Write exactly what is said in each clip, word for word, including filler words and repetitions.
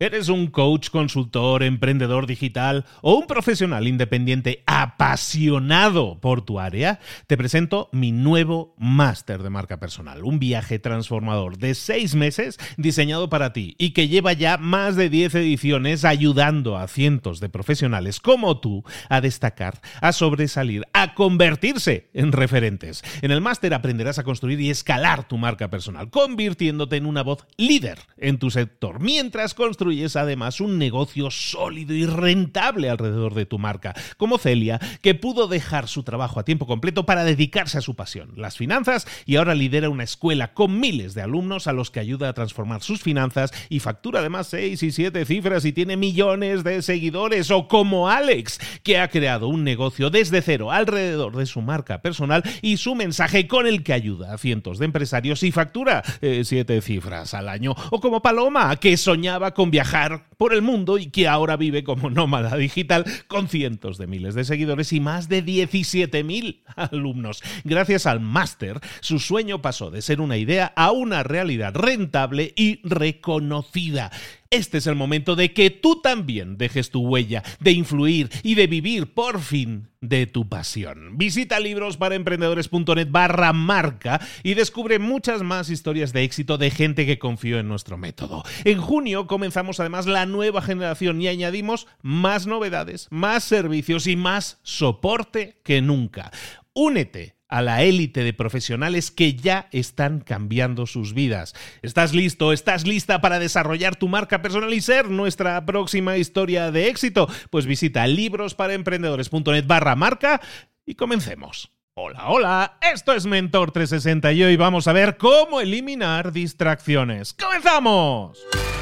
¿Eres un coach, consultor, emprendedor digital o un profesional independiente apasionado por tu área? Te presento mi nuevo máster de marca personal, un viaje transformador de seis meses diseñado para ti y que lleva ya más de diez ediciones ayudando a cientos de profesionales como tú a destacar, a sobresalir, a convertirse en referentes. En el máster aprenderás a construir y escalar tu marca personal, convirtiéndote en una voz líder en tu sector, mientras construyes es además un negocio sólido y rentable alrededor de tu marca, como Celia, que pudo dejar su trabajo a tiempo completo para dedicarse a su pasión, las finanzas, y ahora lidera una escuela con miles de alumnos a los que ayuda a transformar sus finanzas y factura además seis y siete cifras y tiene millones de seguidores. O como Alex, que ha creado un negocio desde cero alrededor de su marca personal y su mensaje, con el que ayuda a cientos de empresarios y factura eh, siete cifras al año. O como Paloma, que soñaba con viajar por el mundo y que ahora vive como nómada digital con cientos de miles de seguidores y más de diecisiete mil alumnos. Gracias al máster, su sueño pasó de ser una idea a una realidad rentable y reconocida. Este es el momento de que tú también dejes tu huella, de influir y de vivir por fin de tu pasión. Visita librosparaemprendedores.net barra marca y descubre muchas más historias de éxito de gente que confió en nuestro método. En junio comenzamos además la nueva generación y añadimos más novedades, más servicios y más soporte que nunca. Únete a la élite de profesionales que ya están cambiando sus vidas. ¿Estás listo? ¿Estás lista para desarrollar tu marca personal y ser nuestra próxima historia de éxito? Pues visita librosparaemprendedores.net barra marca y comencemos. Hola, hola, esto es Mentor trescientos sesenta y hoy vamos a ver cómo eliminar distracciones. ¡Comenzamos!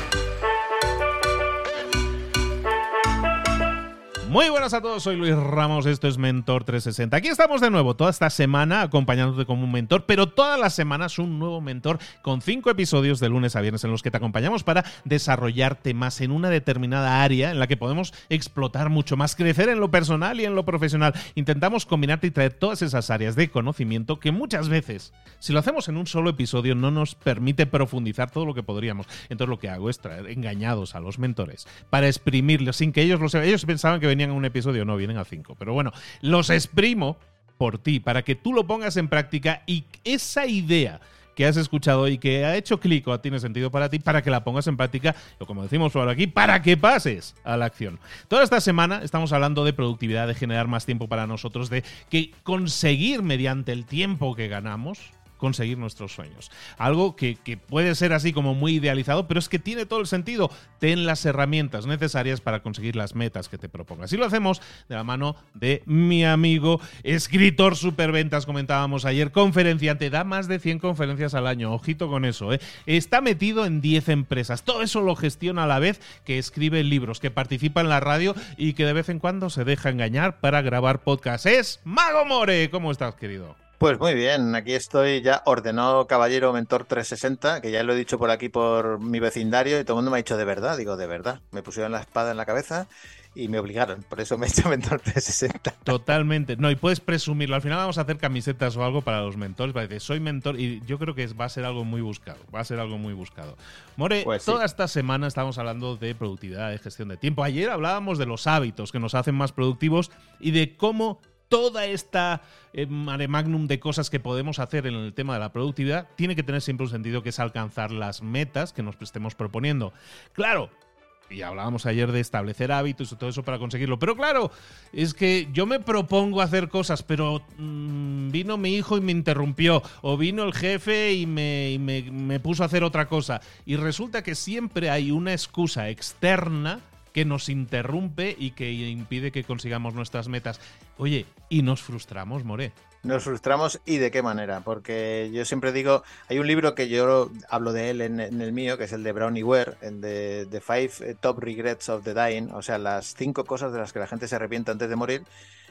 Muy buenas a todos, soy Luis Ramos, esto es Mentor trescientos sesenta. Aquí estamos de nuevo, toda esta semana acompañándote como un mentor, pero todas las semanas un nuevo mentor con cinco episodios de lunes a viernes en los que te acompañamos para desarrollarte más en una determinada área en la que podemos explotar mucho más, crecer en lo personal y en lo profesional. Intentamos combinarte y traer todas esas áreas de conocimiento que muchas veces, si lo hacemos en un solo episodio, no nos permite profundizar todo lo que podríamos. Entonces lo que hago es traer engañados a los mentores para exprimirlos sin que ellos lo sepan. Ellos pensaban que venían en un episodio, no, vienen a cinco. Pero bueno, los exprimo por ti, para que tú lo pongas en práctica y esa idea que has escuchado y que ha hecho clic o tiene sentido para ti, para que la pongas en práctica, o como decimos por aquí, para que pases a la acción. Toda esta semana estamos hablando de productividad, de generar más tiempo para nosotros, de que conseguir mediante el tiempo que ganamos, conseguir nuestros sueños. Algo que, que puede ser así como muy idealizado, pero es que tiene todo el sentido. Ten las herramientas necesarias para conseguir las metas que te propongas. Y lo hacemos de la mano de mi amigo, escritor superventas, comentábamos ayer, conferenciante, da más de cien conferencias al año. Ojito con eso, ¿eh? Está metido en diez empresas. Todo eso lo gestiona a la vez que escribe libros, que participa en la radio y que de vez en cuando se deja engañar para grabar podcast. Es Mago More. ¿Cómo estás, querido? Pues muy bien, aquí estoy ya ordenado caballero Mentor trescientos sesenta, que ya lo he dicho por aquí por mi vecindario y todo el mundo me ha dicho de verdad, digo de verdad, me pusieron la espada en la cabeza y me obligaron, por eso me he hecho Mentor trescientos sesenta. Totalmente, no, y puedes presumirlo, al final vamos a hacer camisetas o algo para los mentores, para decir soy mentor y yo creo que va a ser algo muy buscado, va a ser algo muy buscado. More, pues sí. Toda esta semana estamos hablando de productividad, de gestión de tiempo, ayer hablábamos de los hábitos que nos hacen más productivos y de cómo toda esta eh, mare magnum de cosas que podemos hacer en el tema de la productividad tiene que tener siempre un sentido, que es alcanzar las metas que nos estemos proponiendo. Claro, y hablábamos ayer de establecer hábitos y todo eso para conseguirlo, pero claro, es que yo me propongo hacer cosas, pero mmm, vino mi hijo y me interrumpió, o vino el jefe y, me, y me, me puso a hacer otra cosa, y resulta que siempre hay una excusa externa que nos interrumpe y que impide que consigamos nuestras metas. Oye, y nos frustramos, More. Nos frustramos, ¿y de qué manera? Porque yo siempre digo, hay un libro que yo hablo de él en, en el mío, que es el de Bronnie Ware, el de The Five Top Regrets of the Dying, o sea, las cinco cosas de las que la gente se arrepiente antes de morir.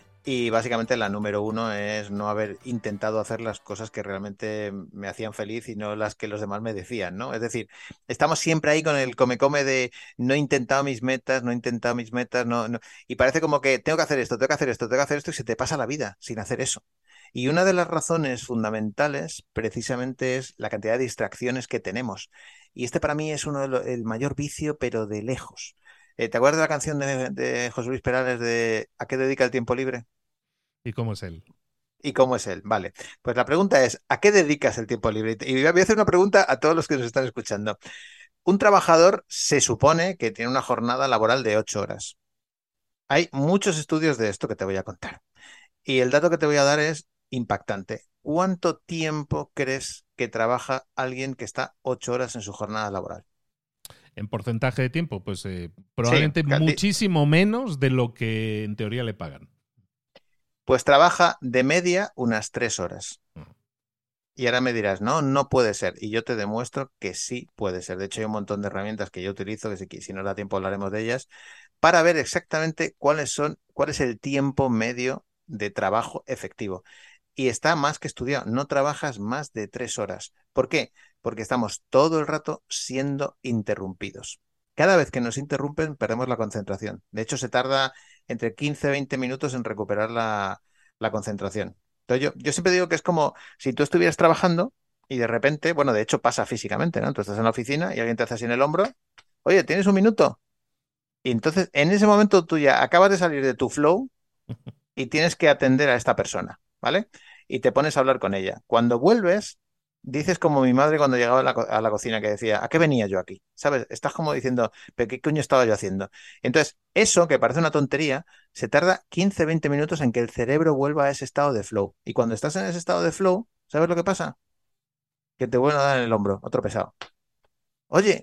Y básicamente la número uno es no haber intentado hacer las cosas que realmente me hacían feliz y no las que los demás me decían, ¿no? Es decir, estamos siempre ahí con el come-come de no he intentado mis metas, no he intentado mis metas, no, no. Y parece como que tengo que hacer esto, tengo que hacer esto, tengo que hacer esto y se te pasa la vida sin hacer eso. Y una de las razones fundamentales precisamente es la cantidad de distracciones que tenemos. Y este para mí es uno de lo- el mayor vicio, pero de lejos. Eh, ¿te acuerdas de la canción de, de José Luis Perales de ¿A qué dedica el tiempo libre? ¿Y cómo es él? ¿Y cómo es él? Vale. Pues la pregunta es, ¿a qué dedicas el tiempo libre? Y voy a hacer una pregunta a todos los que nos están escuchando. Un trabajador se supone que tiene una jornada laboral de ocho horas. Hay muchos estudios de esto que te voy a contar. Y el dato que te voy a dar es impactante. ¿Cuánto tiempo crees que trabaja alguien que está ocho horas en su jornada laboral? En porcentaje de tiempo, pues eh, Sí, probablemente Caldi- muchísimo menos de lo que en teoría le pagan. pues trabaja de media unas tres horas. Y ahora me dirás, no, no puede ser. Y yo te demuestro que sí puede ser. De hecho, hay un montón de herramientas que yo utilizo, que si, si nos da tiempo hablaremos de ellas, para ver exactamente cuáles son, cuál es el tiempo medio de trabajo efectivo. Y está más que estudiado. No trabajas más de tres horas. ¿Por qué? Porque estamos todo el rato siendo interrumpidos. Cada vez que nos interrumpen, perdemos la concentración. De hecho, se tarda entre quince y veinte minutos en recuperar la, la concentración. Entonces, yo, yo siempre digo que es como si tú estuvieras trabajando y de repente, bueno, de hecho pasa físicamente, ¿no? Tú estás en la oficina y alguien te hace así en el hombro, oye, ¿tienes un minuto? Y entonces, en ese momento tú ya acabas de salir de tu flow y tienes que atender a esta persona, ¿vale? Y te pones a hablar con ella. Cuando vuelves, dices como mi madre cuando llegaba a la, co- a la cocina que decía, ¿a qué venía yo aquí? ¿Sabes? Estás como diciendo, ¿pero qué coño estaba yo haciendo? Entonces, eso que parece una tontería, se tarda quince veinte minutos en que el cerebro vuelva a ese estado de flow. Y cuando estás en ese estado de flow, ¿sabes lo que pasa? Que te vuelven a dar en el hombro, otro pesado. Oye,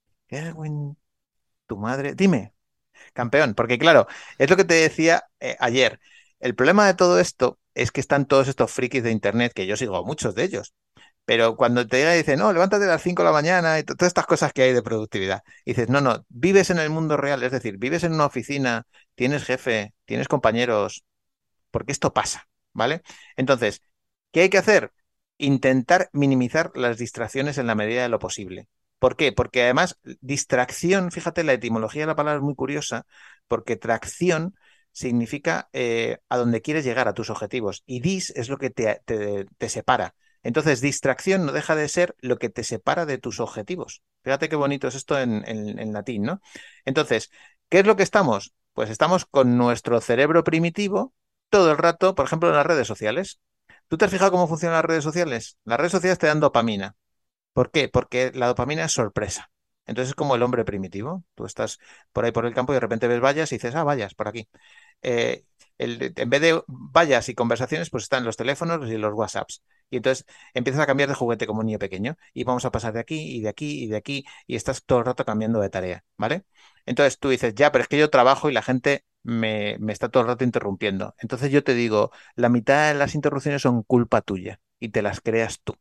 Erwin, tu madre, dime, campeón, porque claro, es lo que te decía eh, ayer. El problema de todo esto es que están todos estos frikis de internet, que yo sigo a muchos de ellos, pero cuando te llega y dicen, no, levántate a las cinco de la mañana y to- todas estas cosas que hay de productividad, y dices, no, no, vives en el mundo real, es decir, vives en una oficina, tienes jefe, tienes compañeros, porque esto pasa, ¿vale? Entonces, ¿qué hay que hacer? Intentar minimizar las distracciones en la medida de lo posible. ¿Por qué? Porque además, distracción, fíjate, la etimología de la palabra es muy curiosa, porque tracción significa eh, a donde quieres llegar, a tus objetivos, y dis es lo que te, te, te separa. Entonces, distracción no deja de ser lo que te separa de tus objetivos. Fíjate qué bonito es esto en, en, en latín, ¿no? Entonces, ¿qué es lo que estamos? Pues estamos con nuestro cerebro primitivo todo el rato, por ejemplo, en las redes sociales. ¿Tú te has fijado cómo funcionan las redes sociales? Las redes sociales te dan dopamina. ¿Por qué? Porque la dopamina es sorpresa. Entonces es como el hombre primitivo. Tú estás por ahí por el campo y de repente ves vallas y dices, ah, vallas, por aquí. Eh, el- en vez de vallas y conversaciones, pues están los teléfonos y los WhatsApps. Y entonces empiezas a cambiar de juguete como un niño pequeño y vamos a pasar de aquí y de aquí y de aquí y estás todo el rato cambiando de tarea, ¿vale? Entonces tú dices, ya, pero es que yo trabajo y la gente me, me está todo el rato interrumpiendo. Entonces yo te digo, la mitad de las interrupciones son culpa tuya y te las creas tú.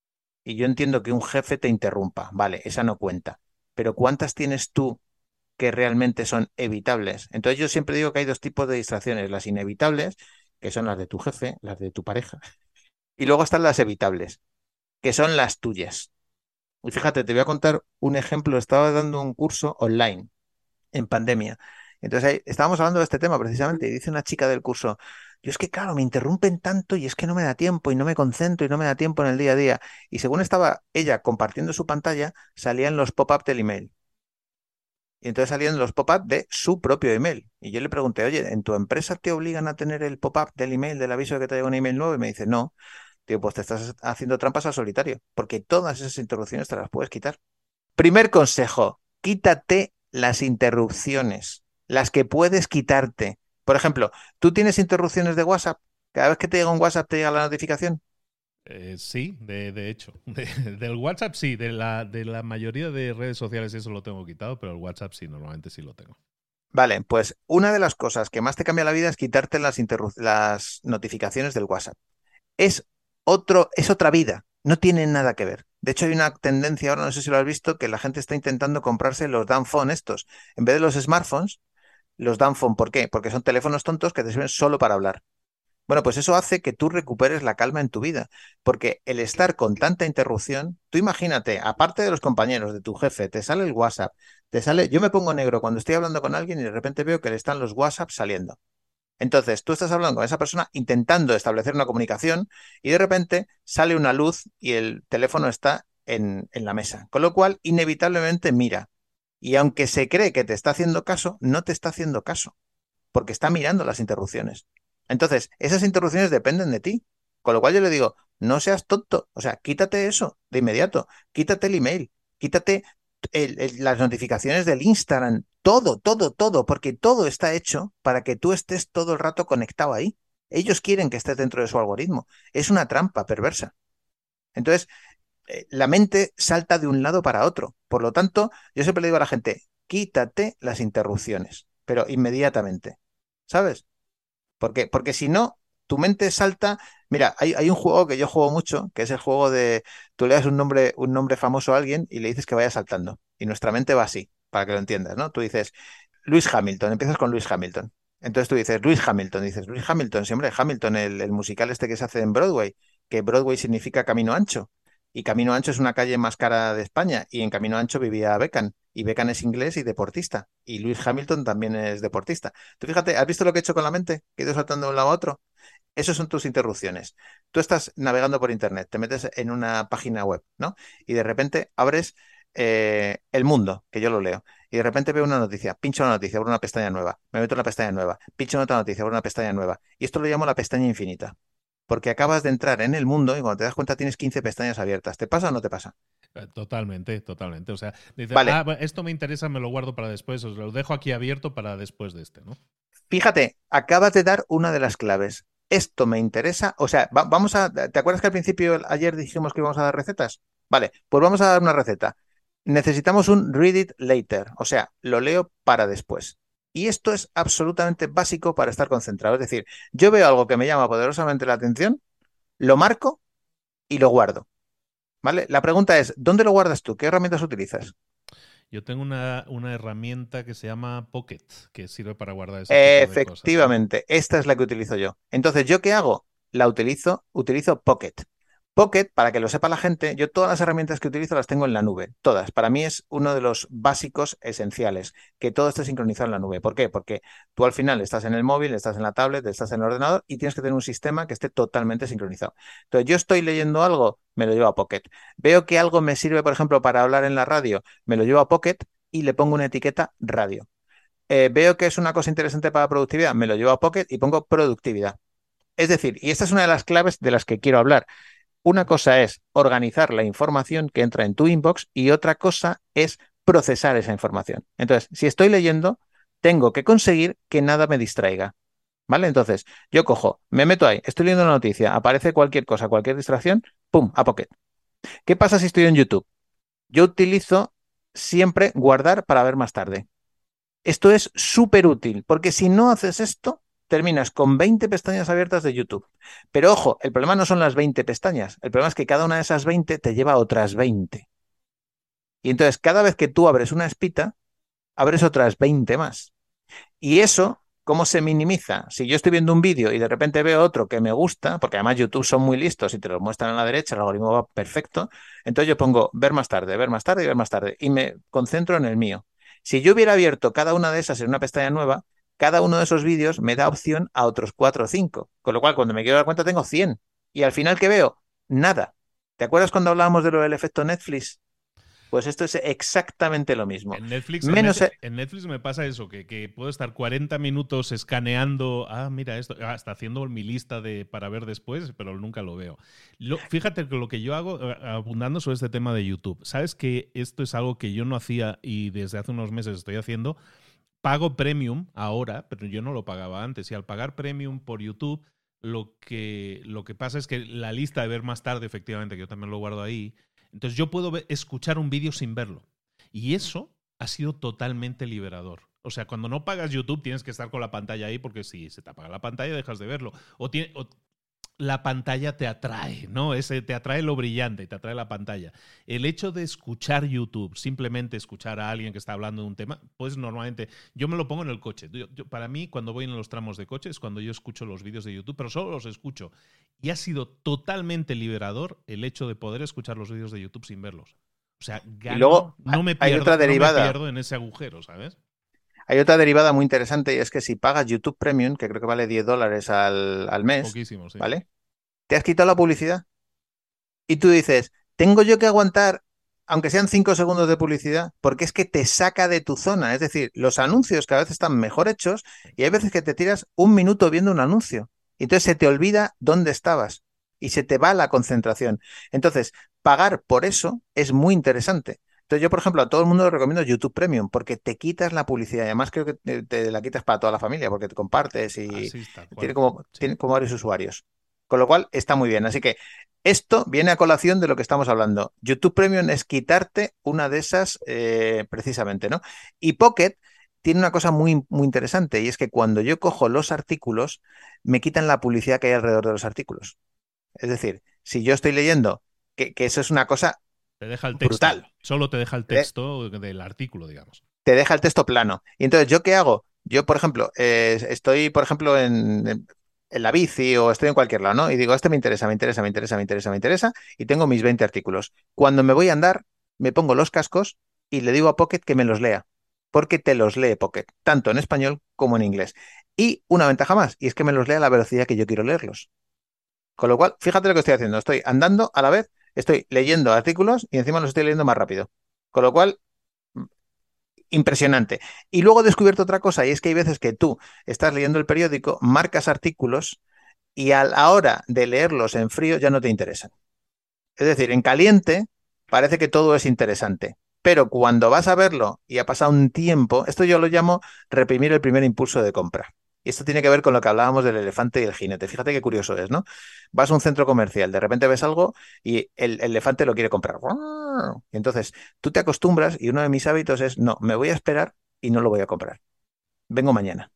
Y yo entiendo que un jefe te interrumpa, vale, esa no cuenta. Pero ¿cuántas tienes tú que realmente son evitables? Entonces yo siempre digo que hay dos tipos de distracciones, las inevitables, que son las de tu jefe, las de tu pareja, y luego están las evitables, que son las tuyas. Y fíjate, te voy a contar un ejemplo. Estaba dando un curso online en pandemia. Entonces ahí estábamos hablando de este tema precisamente y dice una chica del curso, yo es que claro, me interrumpen tanto y es que no me da tiempo y no me concentro y no me da tiempo en el día a día. Y según estaba ella compartiendo su pantalla, salían los pop-up del email. Y entonces salían los pop-up de su propio email. Y yo le pregunté, oye, ¿en tu empresa te obligan a tener el pop-up del email, del aviso de que te llega un email nuevo? Y me dice, no. Digo, pues te estás haciendo trampas al solitario, porque todas esas interrupciones te las puedes quitar. Primer consejo, quítate las interrupciones, las que puedes quitarte. Por ejemplo, ¿tú tienes interrupciones de WhatsApp? Cada vez que te llega un WhatsApp te llega la notificación. Eh, sí, de, de hecho. De- del WhatsApp sí, de la, de la mayoría de redes sociales eso lo tengo quitado, pero el WhatsApp sí, normalmente sí lo tengo. Vale, pues una de las cosas que más te cambia la vida es quitarte las, interru- las notificaciones del WhatsApp. Es otro, es otra vida, no tiene nada que ver. De hecho, hay una tendencia ahora, no sé si lo has visto, que la gente está intentando comprarse los dumb phone estos. En vez de los smartphones, los dumb phone. ¿Por qué? Porque son teléfonos tontos que te sirven solo para hablar. Bueno, pues eso hace que tú recuperes la calma en tu vida, porque el estar con tanta interrupción, tú imagínate, aparte de los compañeros, de tu jefe, te sale el WhatsApp, te sale, yo me pongo negro cuando estoy hablando con alguien y de repente veo que le están los WhatsApp saliendo. Entonces, tú estás hablando con esa persona intentando establecer una comunicación y de repente sale una luz y el teléfono está en, en la mesa, con lo cual inevitablemente mira. Y aunque se cree que te está haciendo caso, no te está haciendo caso, porque está mirando las interrupciones. Entonces, esas interrupciones dependen de ti. Con lo cual yo le digo, no seas tonto, o sea, quítate eso de inmediato, quítate el email, quítate el- el- las notificaciones del Instagram, todo, todo, todo, porque todo está hecho para que tú estés todo el rato conectado ahí. Ellos quieren que estés dentro de su algoritmo. Es una trampa perversa. Entonces, eh, la mente salta de un lado para otro. Por lo tanto, yo siempre le digo a la gente, quítate las interrupciones, pero inmediatamente. ¿Sabes? Porque, porque si no, tu mente salta. Mira, hay, hay un juego que yo juego mucho, que es el juego de tú le das un nombre, un nombre famoso a alguien y le dices que vaya saltando. Y nuestra mente va así, para que lo entiendas, ¿no? Tú dices, Luis Hamilton, empiezas con Luis Hamilton. Entonces tú dices, Luis Hamilton, dices, Luis Hamilton, sí, hombre, Hamilton, el, el musical este que se hace en Broadway, que Broadway significa camino ancho. Y Camino Ancho es una calle más cara de España, y en Camino Ancho vivía Beckham, y Beckham es inglés y deportista, y Luis Hamilton también es deportista. Tú fíjate, ¿has visto lo que he hecho con la mente? Que he ido saltando de un lado a otro. Esas son tus interrupciones. Tú estás navegando por internet, te metes en una página web, ¿no? Y de repente abres eh, El Mundo, que yo lo leo, y de repente veo una noticia, pincho la noticia, abro una pestaña nueva, me meto en la pestaña nueva, pincho en otra noticia, abro una pestaña nueva. Y esto lo llamo la pestaña infinita, porque acabas de entrar en el mundo y cuando te das cuenta tienes quince pestañas abiertas. ¿Te pasa o no te pasa? Eh, Totalmente, totalmente. O sea, dice, Vale, ah, bueno, esto me interesa, me lo guardo para después, os lo dejo aquí abierto para después de este, ¿no? fíjate, acabas de dar una de las claves. Esto me interesa. O sea, va- vamos a. ¿Te acuerdas que al principio ayer dijimos que íbamos a dar recetas? Vale, pues vamos a dar una receta. Necesitamos un read it later, o sea, lo leo para después. Y esto es absolutamente básico para estar concentrado. Es decir, yo veo algo que me llama poderosamente la atención, lo marco y lo guardo. ¿Vale? La pregunta es, ¿dónde lo guardas tú? ¿Qué herramientas utilizas? Yo tengo una, una herramienta que se llama Pocket, que sirve para guardar ese tipo de cosas, ¿no? Efectivamente, esta es la que utilizo yo. Entonces, ¿yo qué hago? La utilizo, utilizo Pocket. Pocket, para que lo sepa la gente, yo todas las herramientas que utilizo las tengo en la nube, todas. Para mí es uno de los básicos esenciales, que todo esté sincronizado en la nube. ¿Por qué? Porque tú al final estás en el móvil, estás en la tablet, estás en el ordenador y tienes que tener un sistema que esté totalmente sincronizado. Entonces, yo estoy leyendo algo, me lo llevo a Pocket. Veo que algo me sirve, por ejemplo, para hablar en la radio, me lo llevo a Pocket y le pongo una etiqueta radio. Eh, veo que es una cosa interesante para productividad, me lo llevo a Pocket y pongo productividad. Es decir, y esta es una de las claves de las que quiero hablar. Una cosa es organizar la información que entra en tu inbox y otra cosa es procesar esa información. Entonces, si estoy leyendo, tengo que conseguir que nada me distraiga. ¿Vale? Entonces, yo cojo, me meto ahí, estoy leyendo una noticia, aparece cualquier cosa, cualquier distracción, ¡pum! A Pocket. ¿Qué pasa si estoy en YouTube? Yo utilizo siempre guardar para ver más tarde. Esto es súper útil, porque si no haces esto, terminas con veinte pestañas abiertas de YouTube. Pero ojo, el problema no son las veinte pestañas, el problema es que cada una de esas veinte te lleva a otras veinte. Y entonces cada vez que tú abres una espita, abres otras veinte más. Y eso, ¿cómo se minimiza? Si yo estoy viendo un vídeo y de repente veo otro que me gusta, porque además YouTube son muy listos y te lo muestran a la derecha, el algoritmo va perfecto, entonces yo pongo ver más tarde, ver más tarde y ver más tarde y me concentro en el mío. Si yo hubiera abierto cada una de esas en una pestaña nueva, cada uno de esos vídeos me da opción a otros cuatro o cinco, con lo cual cuando me quiero dar cuenta tengo cien. Y al final, ¿qué veo? Nada. ¿Te acuerdas cuando hablábamos de lo del efecto Netflix? Pues esto es exactamente lo mismo. En Netflix, en, Menos, Net- e- en Netflix me pasa eso, que, que puedo estar cuarenta minutos escaneando, ah, mira esto, ah, hasta haciendo mi lista de para ver después, pero nunca lo veo. Lo- fíjate que lo que yo hago, eh, abundando sobre este tema de YouTube, sabes que esto es algo que yo no hacía y desde hace unos meses estoy haciendo. Pago premium ahora, pero yo no lo pagaba antes. Y al pagar premium por YouTube, lo que, lo que pasa es que la lista de ver más tarde, efectivamente, que yo también lo guardo ahí, entonces yo puedo ver- escuchar un vídeo sin verlo. Y eso ha sido totalmente liberador. O sea, cuando no pagas YouTube tienes que estar con la pantalla ahí porque si se te apaga la pantalla dejas de verlo. O, tiene, o la pantalla te atrae, ¿no? Ese, te atrae lo brillante, te atrae la pantalla. El hecho de escuchar YouTube, simplemente escuchar a alguien que está hablando de un tema, pues normalmente yo me lo pongo en el coche. Yo, yo, para mí, cuando voy en los tramos de coche es cuando yo escucho los vídeos de YouTube, pero solo los escucho. Y ha sido totalmente liberador el hecho de poder escuchar los vídeos de YouTube sin verlos. O sea, y luego gano, no me hay otra pierdo, no me derivada. pierdo en ese agujero, ¿sabes? Hay otra derivada muy interesante y es que si pagas YouTube Premium, que creo que vale diez dólares al, al mes, Poquísimo, sí. ¿vale? Te has quitado la publicidad y tú dices, ¿tengo yo que aguantar, aunque sean cinco segundos de publicidad? Porque es que te saca de tu zona. Es decir, los anuncios cada vez están mejor hechos y hay veces que te tiras un minuto viendo un anuncio. Y entonces se te olvida dónde estabas y se te va la concentración. Entonces, pagar por eso es muy interesante. Entonces, yo, por ejemplo, a todo el mundo le recomiendo YouTube Premium porque te quitas la publicidad y además creo que te, te la quitas para toda la familia porque te compartes y Así está, tiene cual. como, Sí. tiene como varios usuarios. Con lo cual, está muy bien. Así que esto viene a colación de lo que estamos hablando. YouTube Premium es quitarte una de esas eh, precisamente, ¿no? Y Pocket tiene una cosa muy, muy interesante y es que cuando yo cojo los artículos, me quitan la publicidad que hay alrededor de los artículos. Es decir, si yo estoy leyendo, que, que eso es una cosa Te deja el texto. brutal, Solo te deja el te, texto del artículo, digamos. te deja el texto plano. Y entonces, ¿yo qué hago? Yo, por ejemplo, eh, estoy, por ejemplo, en, en- en la bici o estoy en cualquier lado, ¿no? Y digo, este me interesa, me interesa, me interesa, me interesa, me interesa, y tengo mis veinte artículos. Cuando me voy a andar, me pongo los cascos y le digo a Pocket que me los lea, porque te los lee Pocket, tanto en español como en inglés. Y una ventaja más, y es que me los lee a la velocidad que yo quiero leerlos. Con lo cual, fíjate lo que estoy haciendo. Estoy andando a la vez, estoy leyendo artículos y encima los estoy leyendo más rápido. Con lo cual, impresionante. Y luego he descubierto otra cosa, y es que hay veces que tú estás leyendo el periódico, marcas artículos y a la hora de leerlos en frío ya no te interesan. Es decir, en caliente parece que todo es interesante, pero cuando vas a verlo y ha pasado un tiempo, esto yo lo llamo reprimir el primer impulso de compra. Y esto tiene que ver con lo que hablábamos del elefante y el jinete. Fíjate qué curioso es, ¿no? Vas a un centro comercial, de repente ves algo y el, el elefante lo quiere comprar. Y entonces tú te acostumbras y uno de mis hábitos es, no, me voy a esperar y no lo voy a comprar. Vengo mañana.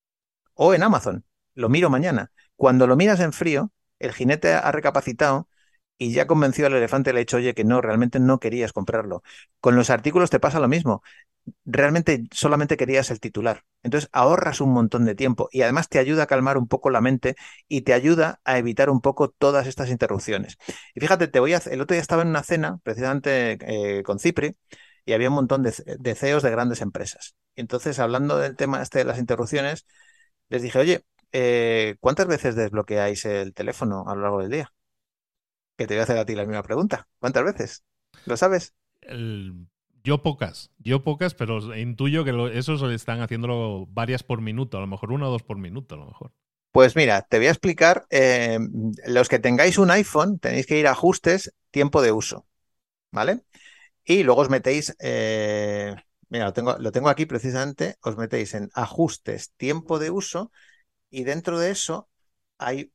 O en Amazon, lo miro mañana. Cuando lo miras en frío, el jinete ha recapacitado y ya convenció al elefante, le ha dicho, oye, que no, realmente no querías comprarlo. Con los artículos te pasa lo mismo. Realmente solamente querías el titular. Entonces ahorras un montón de tiempo y además te ayuda a calmar un poco la mente y te ayuda a evitar un poco todas estas interrupciones. Y fíjate, te voy a, el otro día estaba en una cena, precisamente eh, con Cipri, y había un montón de, de C E Os de grandes empresas. Y entonces, hablando del tema este de las interrupciones, les dije, oye, eh, ¿cuántas veces desbloqueáis el teléfono a lo largo del día? Que te voy a hacer a ti la misma pregunta. ¿Cuántas veces? ¿Lo sabes? El- yo pocas, yo pocas, pero intuyo que lo, eso se están haciéndolo varias por minuto, a lo mejor una o dos por minuto, a lo mejor. Pues mira, te voy a explicar. Eh, los que tengáis un iPhone tenéis que ir a ajustes, tiempo de uso, ¿vale? Y luego os metéis, eh, mira, lo tengo, lo tengo aquí precisamente, os metéis en ajustes, tiempo de uso y dentro de eso hay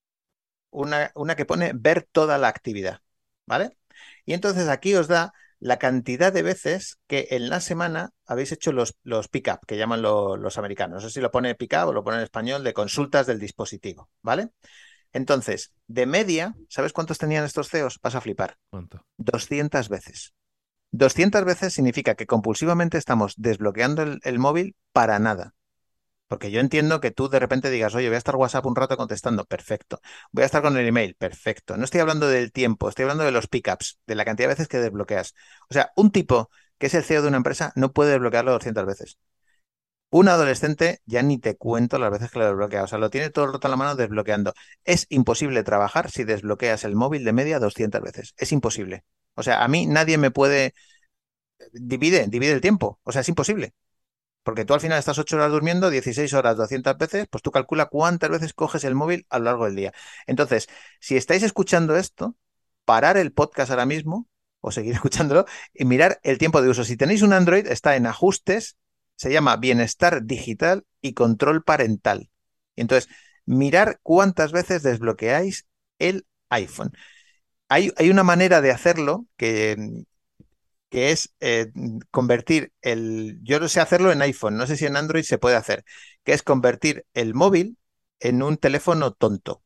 una, una que pone ver toda la actividad, ¿vale? Y entonces aquí os da la cantidad de veces que en la semana habéis hecho los, los pick-up, que llaman lo- los americanos. No sé si lo pone pick-up o lo pone en español, de consultas del dispositivo, ¿vale? Entonces, de media, ¿sabes cuántos tenían estos C E Os? Vas a flipar. ¿Cuánto? doscientas veces. doscientas veces significa que compulsivamente estamos desbloqueando el, el móvil para nada. Porque yo entiendo que tú de repente digas, oye, voy a estar WhatsApp un rato contestando, perfecto. Voy a estar con el email, perfecto. No estoy hablando del tiempo, estoy hablando de los pickups, de la cantidad de veces que desbloqueas. O sea, un tipo que es el C E O de una empresa no puede desbloquearlo doscientas veces. Un adolescente ya ni te cuento las veces que lo desbloquea. O sea, lo tiene todo el rato en la mano desbloqueando. Es imposible trabajar si desbloqueas el móvil de media doscientas veces. Es imposible. O sea, a mí nadie me puede... Divide, divide el tiempo. O sea, es imposible. Porque tú al final estás ocho horas durmiendo, dieciséis horas, doscientas veces, pues tú calcula cuántas veces coges el móvil a lo largo del día. Entonces, si estáis escuchando esto, parar el podcast ahora mismo o seguir escuchándolo y mirar el tiempo de uso. Si tenéis un Android, está en ajustes, se llama bienestar digital y control parental. Y entonces, mirar cuántas veces desbloqueáis el iPhone. Hay, hay una manera de hacerlo que, que es eh, convertir el, yo no sé hacerlo en iPhone, no sé si en Android se puede hacer, que es convertir el móvil en un teléfono tonto.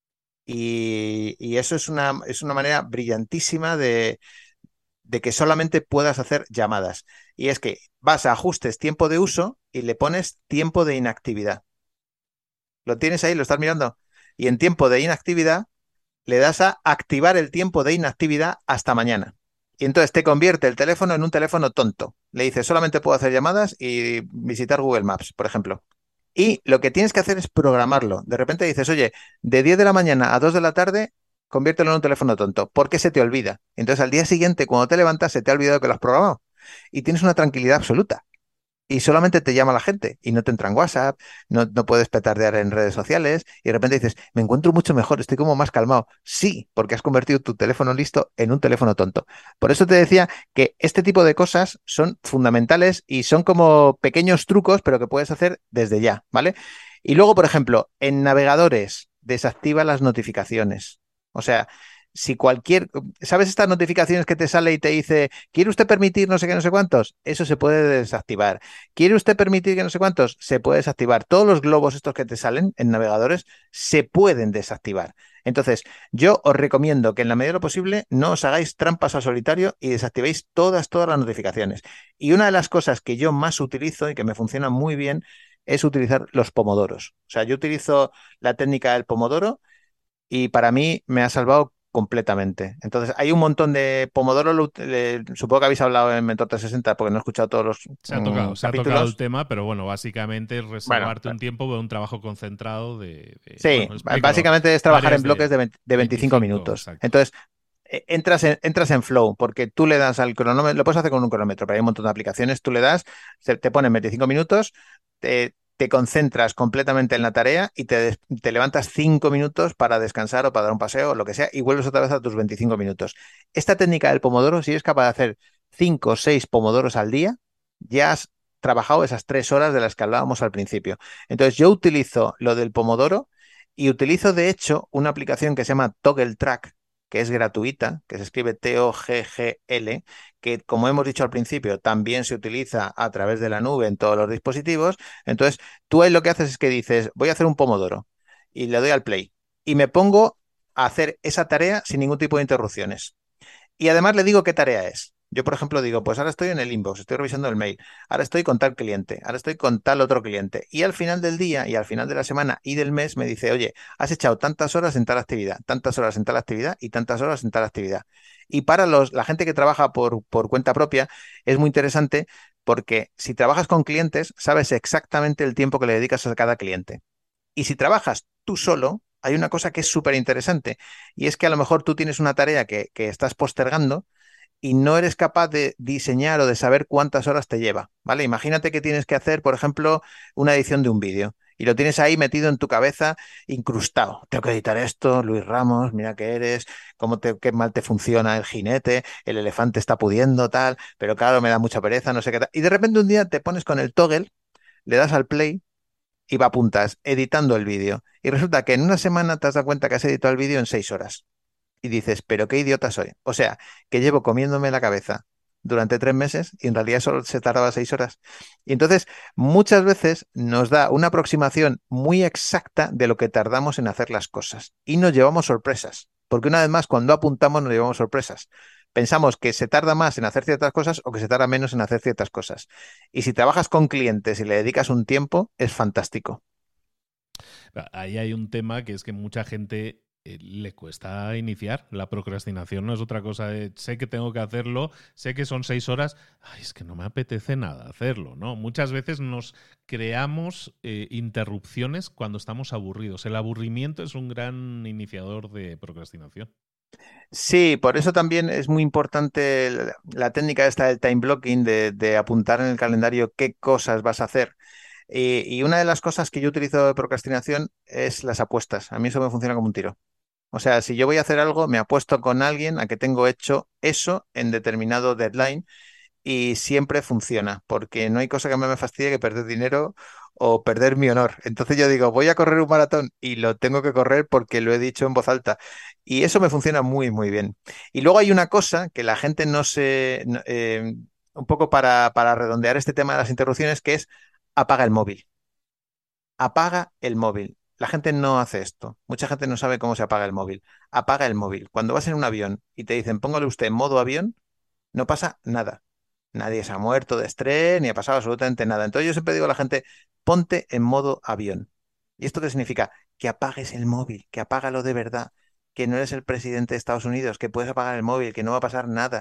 Y, y eso es una, es una manera brillantísima de, de que solamente puedas hacer llamadas. Y es que vas a ajustes tiempo de uso y le pones tiempo de inactividad. Lo tienes ahí, lo estás mirando. Y en tiempo de inactividad le das a activar el tiempo de inactividad hasta mañana. Y entonces te convierte el teléfono en un teléfono tonto. Le dices, solamente puedo hacer llamadas y visitar Google Maps, por ejemplo. Y lo que tienes que hacer es programarlo. De repente dices, oye, de diez de la mañana a dos de la tarde, conviértelo en un teléfono tonto. ¿Por qué se te olvida? Entonces al día siguiente, cuando te levantas, se te ha olvidado que lo has programado. Y tienes una tranquilidad absoluta y solamente te llama la gente y no te entra en WhatsApp, no, no puedes petardear en redes sociales y de repente dices, me encuentro mucho mejor, estoy como más calmado. Sí, porque has convertido tu teléfono listo en un teléfono tonto. Por eso te decía que este tipo de cosas son fundamentales y son como pequeños trucos, pero que puedes hacer desde ya, ¿vale? Y luego, por ejemplo, en navegadores, desactiva las notificaciones. O sea, si cualquier, ¿sabes estas notificaciones que te sale y te dice, ¿quiere usted permitir no sé qué, no sé cuántos? Eso se puede desactivar. ¿Quiere usted permitir que no sé cuántos? Se puede desactivar. Todos los globos estos que te salen en navegadores se pueden desactivar. Entonces, yo os recomiendo que en la medida de lo posible no os hagáis trampas al solitario y desactivéis todas, todas las notificaciones. Y una de las cosas que yo más utilizo y que me funciona muy bien es utilizar los pomodoros. O sea, yo utilizo la técnica del pomodoro y para mí me ha salvado completamente. Entonces, hay un montón de Pomodoro, lo ut- le- supongo que habéis hablado en Mentor trescientos sesenta porque no he escuchado todos los Se ha mm, tocado, se ha tocado el capítulos. tema, pero bueno, básicamente es Bueno, reservarte un tiempo de un trabajo concentrado de, de- sí, bueno, b- explícalo, básicamente es trabajar tareas en bloques de de veinte de veinticinco veinticinco, minutos. exacto. Entonces, e- entras en, entras en flow porque tú le das al cronómetro, lo puedes hacer con un cronómetro, pero hay un montón de aplicaciones, tú le das, se- te ponen veinticinco minutos, te, te concentras completamente en la tarea y te, des- te levantas cinco minutos para descansar o para dar un paseo o lo que sea y vuelves otra vez a tus veinticinco minutos. Esta técnica del pomodoro, si eres capaz de hacer cinco o seis pomodoros al día, ya has trabajado esas tres horas de las que hablábamos al principio. Entonces yo utilizo lo del pomodoro y utilizo de hecho una aplicación que se llama Toggle Track, que es gratuita, que se escribe T O G G L, que como hemos dicho al principio, también se utiliza a través de la nube en todos los dispositivos. Entonces, tú ahí lo que haces es que dices, voy a hacer un pomodoro y le doy al play y me pongo a hacer esa tarea sin ningún tipo de interrupciones. Y además le digo qué tarea es. Yo, por ejemplo, digo, pues ahora estoy en el inbox, estoy revisando el mail, ahora estoy con tal cliente, ahora estoy con tal otro cliente. Y al final del día y al final de la semana y del mes me dice, oye, has echado tantas horas en tal actividad, tantas horas en tal actividad y tantas horas en tal actividad. Y para los, la gente que trabaja por, por cuenta propia es muy interesante porque si trabajas con clientes, sabes exactamente el tiempo que le dedicas a cada cliente. Y si trabajas tú solo, hay una cosa que es súper interesante y es que a lo mejor tú tienes una tarea que, que estás postergando y no eres capaz de diseñar o de saber cuántas horas te lleva, ¿vale? Imagínate que tienes que hacer, por ejemplo, una edición de un vídeo y lo tienes ahí metido en tu cabeza, incrustado. Tengo que editar esto, Luis Ramos, mira qué eres, cómo te, qué mal te funciona el jinete, el elefante está pudiendo, tal, pero claro, me da mucha pereza, no sé qué tal. Y de repente un día te pones con el toggle, le das al play y va a puntas editando el vídeo. Y resulta que en una semana te has dado cuenta que has editado el vídeo en seis horas. Y dices, pero qué idiota soy. O sea, que llevo comiéndome la cabeza durante tres meses y en realidad solo se tardaba seis horas. Y entonces, muchas veces nos da una aproximación muy exacta de lo que tardamos en hacer las cosas. Y nos llevamos sorpresas. Porque una vez más, cuando apuntamos, nos llevamos sorpresas. Pensamos que se tarda más en hacer ciertas cosas o que se tarda menos en hacer ciertas cosas. Y si trabajas con clientes y le dedicas un tiempo, es fantástico. Ahí hay un tema que es que mucha gente eh, le cuesta iniciar. La procrastinación no es otra cosa de sé que tengo que hacerlo, sé que son seis horas, ay, es que no me apetece nada hacerlo, ¿no? Muchas veces nos creamos eh, interrupciones cuando estamos aburridos. El aburrimiento es un gran iniciador de procrastinación. Sí, por eso también es muy importante la, la técnica esta del time blocking, de, de apuntar en el calendario qué cosas vas a hacer. Y, y una de las cosas que yo utilizo de procrastinación es las apuestas. A mí eso me funciona como un tiro. O sea, si yo voy a hacer algo, me apuesto con alguien a que tengo hecho eso en determinado deadline y siempre funciona, porque no hay cosa que más me fastidie que perder dinero o perder mi honor. Entonces yo digo, voy a correr un maratón y lo tengo que correr porque lo he dicho en voz alta. Y eso me funciona muy, muy bien. Y luego hay una cosa que la gente no se... no- eh, un poco para, para redondear este tema de las interrupciones, que es apaga el móvil. Apaga el móvil. La gente no hace esto. Mucha gente no sabe cómo se apaga el móvil. Apaga el móvil. Cuando vas en un avión y te dicen póngale usted en modo avión, no pasa nada. Nadie se ha muerto de estrés ni ha pasado absolutamente nada. Entonces yo siempre digo a la gente, ponte en modo avión. ¿Y esto qué significa? Que apagues el móvil, que apágalo de verdad, que no eres el presidente de Estados Unidos, que puedes apagar el móvil, que no va a pasar nada.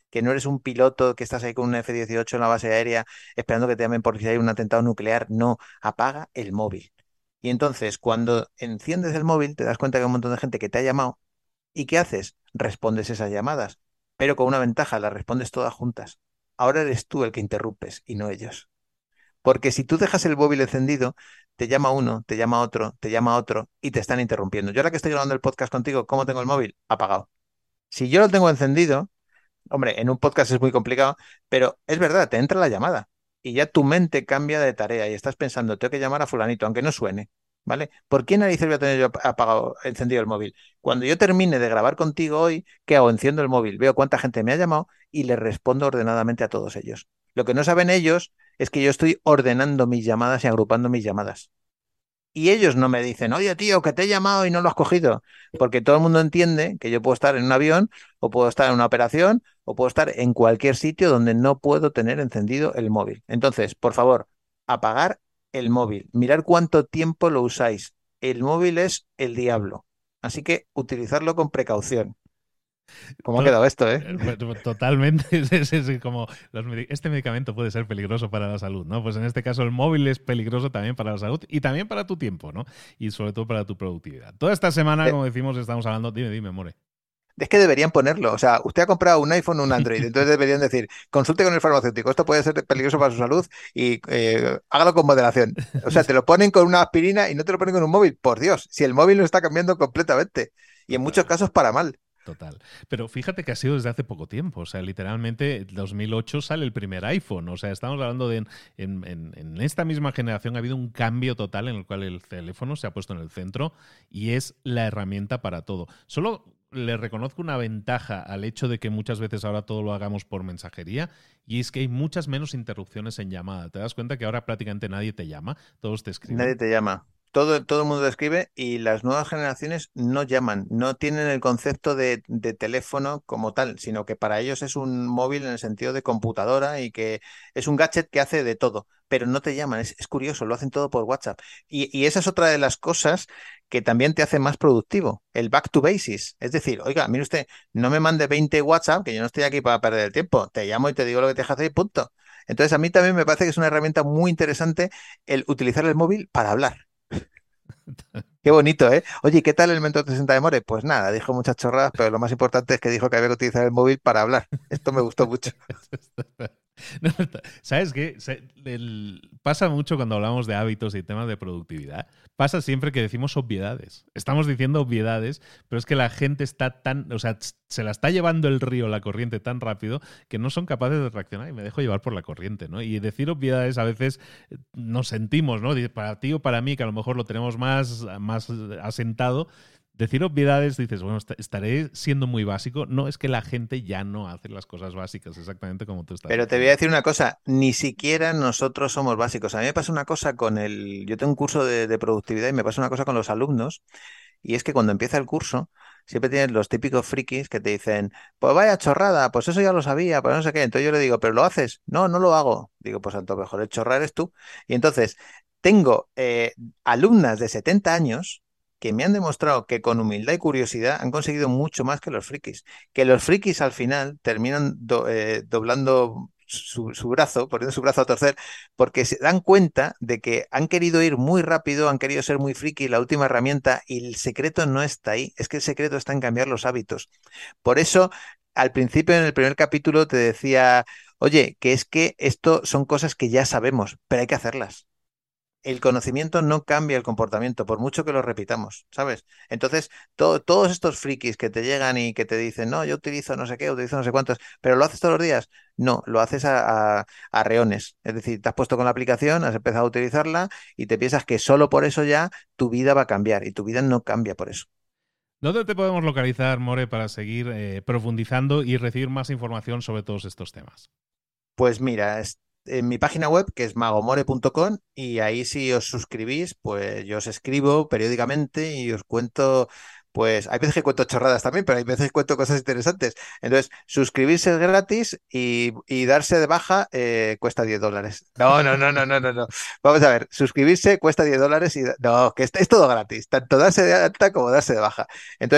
que no eres un piloto que estás ahí con un F dieciocho en la base aérea esperando que te llamen porque si hay un atentado nuclear. No, apaga el móvil. Y entonces, cuando enciendes el móvil, te das cuenta que hay un montón de gente que te ha llamado. ¿Y qué haces? Respondes esas llamadas, pero con una ventaja, las respondes todas juntas. Ahora eres tú el que interrumpes y no ellos. Porque si tú dejas el móvil encendido, te llama uno, te llama otro, te llama otro y te están interrumpiendo. Yo ahora que estoy grabando el podcast contigo, ¿cómo tengo el móvil? Apagado. Si yo lo tengo encendido, hombre, en un podcast es muy complicado, pero es verdad, te entra la llamada y ya tu mente cambia de tarea y estás pensando, tengo que llamar a fulanito, aunque no suene, ¿vale? ¿Por qué narices voy a tener yo apagado, encendido el móvil? Cuando yo termine de grabar contigo hoy, ¿qué hago? Enciendo el móvil, veo cuánta gente me ha llamado y le respondo ordenadamente a todos ellos. Lo que no saben ellos es que yo estoy ordenando mis llamadas y agrupando mis llamadas. Y ellos no me dicen, oye, tío, que te he llamado y no lo has cogido, porque todo el mundo entiende que yo puedo estar en un avión o puedo estar en una operación o puedo estar en cualquier sitio donde no puedo tener encendido el móvil. Entonces, por favor, apagar el móvil, mirar cuánto tiempo lo usáis. El móvil es el diablo, así que utilizarlo con precaución. ¿Cómo ha To- quedado esto, eh? eh, bueno, Totalmente, es, es- es como los medi- este medicamento puede ser peligroso para la salud, ¿no? Pues en este caso el móvil es peligroso también para la salud y también para tu tiempo, ¿no? Y sobre todo para tu productividad. Toda esta semana, Eh, como decimos, estamos hablando, dime, dime, More. Es que deberían ponerlo. O sea, usted ha comprado un iPhone o un Android, entonces deberían decir, consulte con el farmacéutico, esto puede ser peligroso para su salud y eh, hágalo con moderación. O sea, te lo ponen con una aspirina y no te lo ponen con un móvil. Por Dios, si el móvil lo está cambiando completamente y en muchos Total. casos para mal. Total. Pero fíjate que ha sido desde hace poco tiempo. O sea, literalmente en dos mil ocho sale el primer iPhone. O sea, estamos hablando de en, en- en esta misma generación ha habido un cambio total en el cual el teléfono se ha puesto en el centro y es la herramienta para todo. Solo le reconozco una ventaja al hecho de que muchas veces ahora todo lo hagamos por mensajería y es que hay muchas menos interrupciones en llamada. ¿Te das cuenta que ahora prácticamente nadie te llama? Todos te Nadie escriben. te llama. Todo, todo el mundo te escribe y las nuevas generaciones no llaman, no tienen el concepto de, de teléfono como tal, sino que para ellos es un móvil en el sentido de computadora y que es un gadget que hace de todo, pero no te llaman. Es, es curioso, lo hacen todo por WhatsApp. Y, y esa es otra de las cosas que también te hace más productivo, el back to basics. Es decir, oiga, mire usted, no me mande veinte WhatsApp, que yo no estoy aquí para perder el tiempo. Te llamo y te digo lo que te hace y punto. Entonces, a mí también me parece que es una herramienta muy interesante el utilizar el móvil para hablar. Qué bonito, ¿eh? Oye, ¿y qué tal el Mentor trescientos de More? Pues nada, dijo muchas chorradas, pero lo más importante es que dijo que había que utilizar el móvil para hablar. Esto me gustó mucho. No, ¿sabes qué? Se- el- pasa mucho cuando hablamos de hábitos y temas de productividad. Pasa siempre que decimos obviedades. Estamos diciendo obviedades, pero es que la gente está tan, o sea, se la está llevando el río, la corriente tan rápido que no son capaces de reaccionar y me dejo llevar por la corriente, ¿no? Y decir obviedades a veces eh, nos sentimos, ¿no? Para ti o para mí, que a lo mejor lo tenemos más, más asentado, decir obviedades, dices, bueno, est- estaré siendo muy básico. No, es que la gente ya no hace las cosas básicas, exactamente como tú estás Pero te voy a diciendo. decir una cosa, ni siquiera nosotros somos básicos. A mí me pasa una cosa con el... Yo tengo un curso de, de productividad y me pasa una cosa con los alumnos, y es que cuando empieza el curso, siempre tienes los típicos frikis que te dicen, pues vaya chorrada, pues eso ya lo sabía, pues no sé qué. Entonces yo le digo, ¿pero lo haces? No, no lo hago. Digo, pues a lo mejor el chorra eres tú. Y entonces tengo eh, alumnas de setenta años que me han demostrado que con humildad y curiosidad han conseguido mucho más que los frikis. Que los frikis al final terminan do- eh, doblando su, su brazo, poniendo su brazo a torcer, porque se dan cuenta de que han querido ir muy rápido, han querido ser muy friki, la última herramienta, y el secreto no está ahí, es que el secreto está en cambiar los hábitos. Por eso, al principio, en el primer capítulo, te decía, oye, que es que esto son cosas que ya sabemos, pero hay que hacerlas. El conocimiento no cambia el comportamiento, por mucho que lo repitamos, ¿sabes? Entonces, to- todos estos frikis que te llegan y que te dicen, no, yo utilizo no sé qué, utilizo no sé cuántos, pero ¿lo haces todos los días? No, lo haces a, a, a reones. Es decir, te has puesto con la aplicación, has empezado a utilizarla y te piensas que solo por eso ya tu vida va a cambiar y tu vida no cambia por eso. ¿Dónde te podemos localizar, More, para seguir eh, profundizando y recibir más información sobre todos estos temas? Pues mira, es en mi página web, que es magomore punto com, y ahí si os suscribís, pues yo os escribo periódicamente y os cuento, pues hay veces que cuento chorradas también, pero hay veces que cuento cosas interesantes. Entonces, suscribirse es gratis y, y darse de baja eh, cuesta diez dólares. No, no, no, no, no, no, no. Vamos a ver, suscribirse cuesta diez dólares y... No, que es, es todo gratis, tanto darse de alta como darse de baja. Entonces,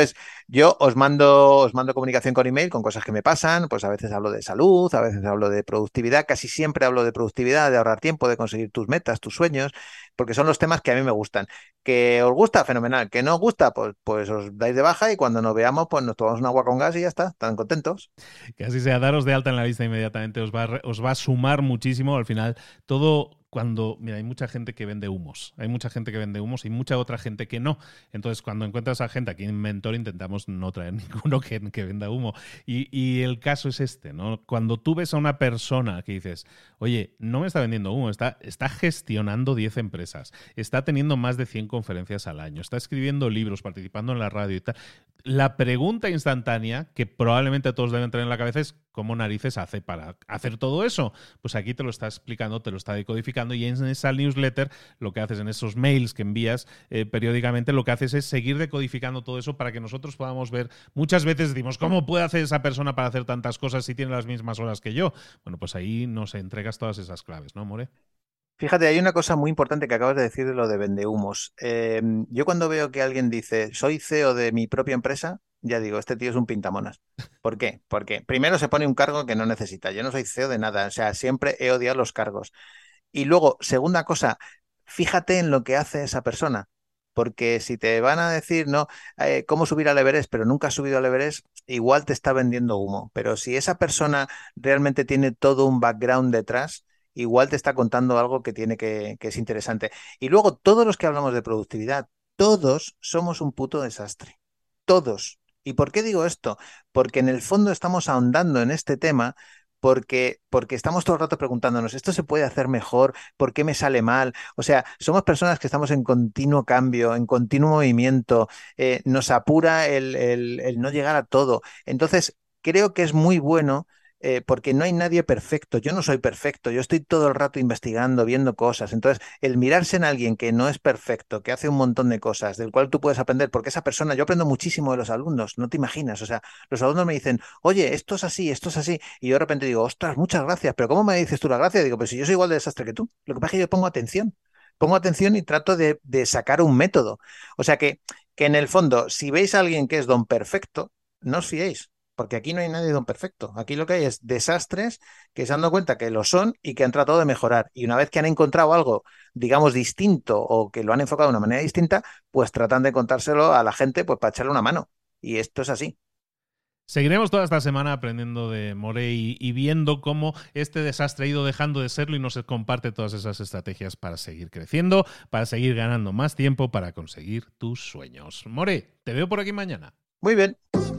Yo os mando, os mando comunicación con email con cosas que me pasan, pues a veces hablo de salud, a veces hablo de productividad, casi siempre hablo de productividad, de ahorrar tiempo, de conseguir tus metas, tus sueños, porque son los temas que a mí me gustan. ¿Que os gusta? Fenomenal. ¿Que no os gusta? Pues, pues os dais de baja y cuando nos veamos, pues nos tomamos un agua con gas y ya está, tan contentos. Que así sea, daros de alta en la lista inmediatamente, os va, a, os va a sumar muchísimo. Al final, todo cuando, mira, hay mucha gente que vende humos, hay mucha gente que vende humos y mucha otra gente que no. Entonces, cuando encuentras a gente, aquí en Mentor intentamos no traer ninguno que, que venda humo. Y, y el caso es este, ¿no? Cuando tú ves a una persona que dices, oye, no me está vendiendo humo, está, está gestionando diez empresas, está teniendo más de cien conferencias al año, está escribiendo libros, participando en la radio y tal. La pregunta instantánea que probablemente a todos deben tener en la cabeza es ¿cómo narices hace para hacer todo eso? Pues aquí te lo está explicando, te lo está decodificando y en esa newsletter lo que haces, en esos mails que envías eh, periódicamente, lo que haces es seguir decodificando todo eso para que nosotros podamos ver. Muchas veces decimos, ¿cómo puede hacer esa persona para hacer tantas cosas si tiene las mismas horas que yo? Bueno, pues ahí nos entregas todas esas claves, ¿no, More? Fíjate, hay una cosa muy importante que acabas de decir de lo de vendehumos. Eh, yo cuando veo que alguien dice, soy C E O de mi propia empresa, ya digo, este tío es un pintamonas. ¿Por qué? Porque primero se pone un cargo que no necesita. Yo no soy C E O de nada, o sea, siempre he odiado los cargos. Y luego, segunda cosa, fíjate en lo que hace esa persona. Porque si te van a decir, no, eh, cómo subir al Everest, pero nunca has subido al Everest, igual te está vendiendo humo. Pero si esa persona realmente tiene todo un background detrás, igual te está contando algo que tiene que, que es interesante. Y luego, todos los que hablamos de productividad, todos somos un puto desastre. Todos. ¿Y por qué digo esto? Porque en el fondo estamos ahondando en este tema porque, porque estamos todo el rato preguntándonos, ¿esto se puede hacer mejor? ¿Por qué me sale mal? O sea, somos personas que estamos en continuo cambio, en continuo movimiento, eh, nos apura el, el, el no llegar a todo. Entonces, creo que es muy bueno eh, porque no hay nadie perfecto. Yo no soy perfecto, yo estoy todo el rato investigando, viendo cosas. Entonces, el mirarse en alguien que no es perfecto, que hace un montón de cosas, del cual tú puedes aprender, porque esa persona, yo aprendo muchísimo de los alumnos, no te imaginas. O sea, los alumnos me dicen, oye, esto es así, esto es así. Y yo de repente digo, ostras, muchas gracias, pero ¿cómo me dices tú la gracia? Digo, pues si yo soy igual de desastre que tú. Lo que pasa es que yo pongo atención. Pongo atención y trato de, de sacar un método. O sea que, que en el fondo, si veis a alguien que es don perfecto, no os fiéis. Porque aquí no hay nadie don perfecto. Aquí lo que hay es desastres que se han dado cuenta que lo son y que han tratado de mejorar. Y una vez que han encontrado algo, digamos, distinto o que lo han enfocado de una manera distinta, pues tratan de contárselo a la gente pues para echarle una mano. Y esto es así. Seguiremos toda esta semana aprendiendo de More y, y viendo cómo este desastre ha ido dejando de serlo y nos comparte todas esas estrategias para seguir creciendo, para seguir ganando más tiempo, para conseguir tus sueños. More, te veo por aquí mañana. Muy bien.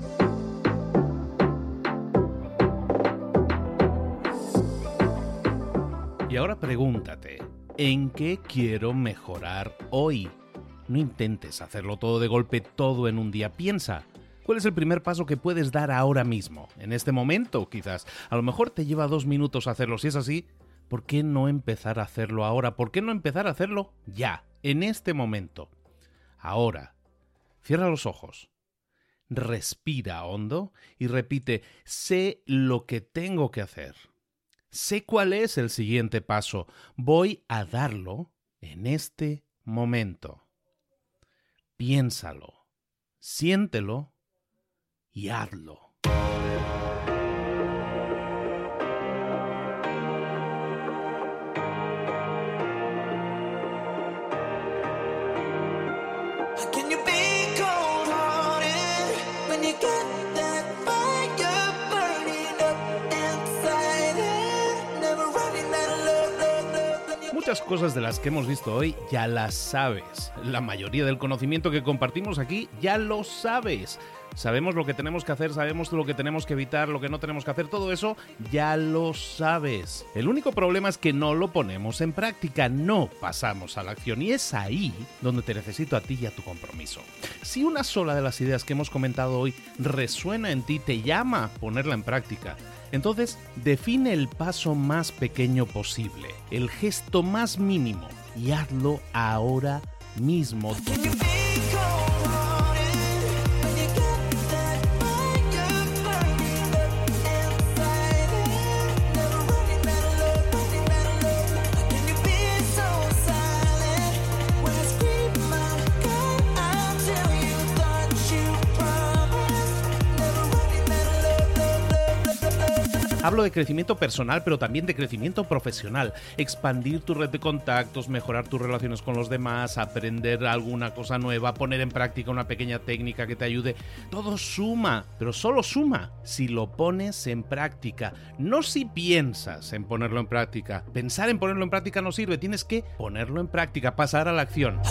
Y ahora pregúntate, ¿en qué quiero mejorar hoy? No intentes hacerlo todo de golpe, todo en un día. Piensa, ¿cuál es el primer paso que puedes dar ahora mismo? En este momento, quizás. A lo mejor te lleva dos minutos hacerlo. Si es así, ¿por qué no empezar a hacerlo ahora? ¿Por qué no empezar a hacerlo ya, en este momento? Ahora, cierra los ojos, respira hondo y repite, sé lo que tengo que hacer. Sé cuál es el siguiente paso. Voy a darlo en este momento. Piénsalo, siéntelo y hazlo. Muchas cosas de las que hemos visto hoy ya las sabes. La mayoría del conocimiento que compartimos aquí ya lo sabes. Sabemos lo que tenemos que hacer, sabemos lo que tenemos que evitar, lo que no tenemos que hacer, todo eso ya lo sabes. El único problema es que no lo ponemos en práctica, no pasamos a la acción y es ahí donde te necesito a ti y a tu compromiso. Si una sola de las ideas que hemos comentado hoy resuena en ti, te llama a ponerla en práctica, entonces define el paso más pequeño posible, el gesto más mínimo y hazlo ahora mismo. Hablo de crecimiento personal, pero también de crecimiento profesional. Expandir tu red de contactos, mejorar tus relaciones con los demás, aprender alguna cosa nueva, poner en práctica una pequeña técnica que te ayude. Todo suma, pero solo suma si lo pones en práctica. No si piensas en ponerlo en práctica. Pensar en ponerlo en práctica no sirve. Tienes que ponerlo en práctica, pasar a la acción.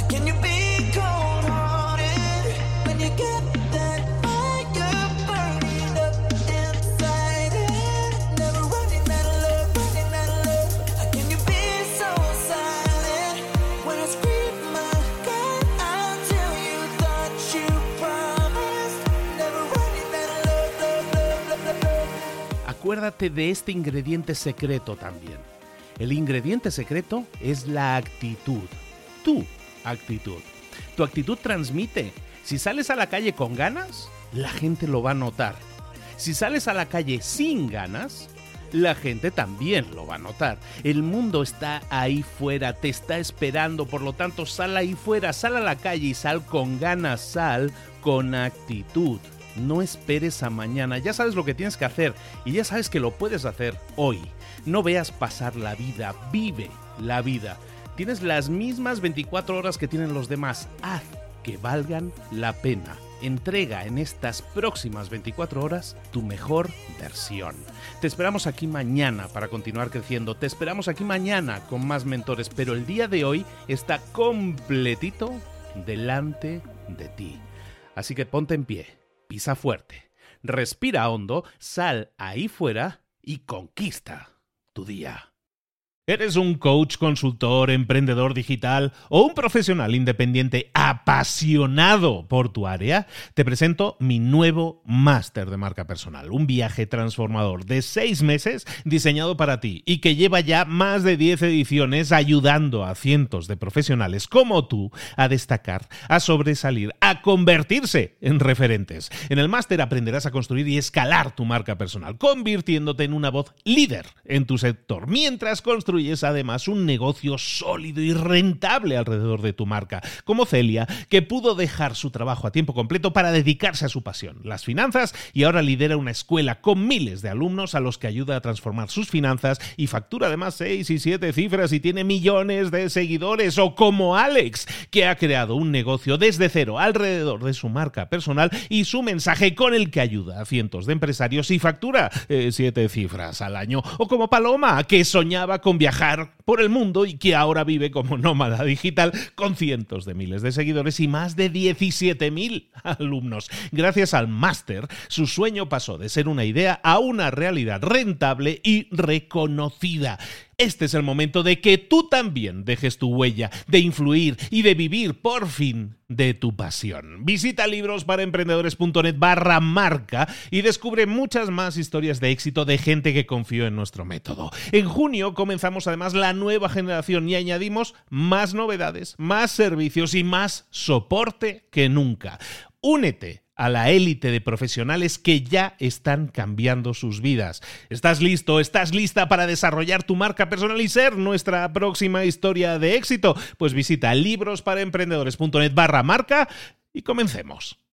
Acuérdate de este ingrediente secreto también. El ingrediente secreto es la actitud. Tu actitud. Tu actitud transmite. Si sales a la calle con ganas, la gente lo va a notar. Si sales a la calle sin ganas, la gente también lo va a notar. El mundo está ahí fuera, te está esperando, por lo tanto sal ahí fuera, sal a la calle y sal con ganas, sal con actitud. No esperes a mañana, ya sabes lo que tienes que hacer y ya sabes que lo puedes hacer hoy. No veas pasar la vida, vive la vida. Tienes las mismas veinticuatro horas que tienen los demás, haz que valgan la pena. Entrega en estas próximas veinticuatro horas tu mejor versión. Te esperamos aquí mañana para continuar creciendo, te esperamos aquí mañana con más mentores, pero el día de hoy está completito delante de ti. Así que ponte en pie. Pisa fuerte, respira hondo, sal ahí fuera y conquista tu día. ¿Eres un coach, consultor, emprendedor digital o un profesional independiente apasionado por tu área? Te presento mi nuevo máster de marca personal, un viaje transformador de seis meses diseñado para ti y que lleva ya más de diez ediciones ayudando a cientos de profesionales como tú a destacar, a sobresalir, a convertirse en referentes. En el máster aprenderás a construir y escalar tu marca personal, convirtiéndote en una voz líder en tu sector, mientras construyes es además un negocio sólido y rentable alrededor de tu marca, como Celia, que pudo dejar su trabajo a tiempo completo para dedicarse a su pasión, las finanzas, y ahora lidera una escuela con miles de alumnos a los que ayuda a transformar sus finanzas y factura además seis y siete cifras y tiene millones de seguidores, o como Alex, que ha creado un negocio desde cero alrededor de su marca personal y su mensaje con el que ayuda a cientos de empresarios y factura eh, siete cifras al año, o como Paloma, que soñaba con viajar viajar por el mundo y que ahora vive como nómada digital con cientos de miles de seguidores y más de diecisiete mil alumnos. Gracias al máster, su sueño pasó de ser una idea a una realidad rentable y reconocida. Este es el momento de que tú también dejes tu huella, de influir y de vivir por fin de tu pasión. Visita librosparaemprendedores.net barra marca y descubre muchas más historias de éxito de gente que confió en nuestro método. En junio comenzamos además la nueva generación y añadimos más novedades, más servicios y más soporte que nunca. Únete a la élite de profesionales que ya están cambiando sus vidas. ¿Estás listo? ¿Estás lista para desarrollar tu marca personal y ser nuestra próxima historia de éxito? Pues visita librosparaemprendedores.net barra marca y comencemos.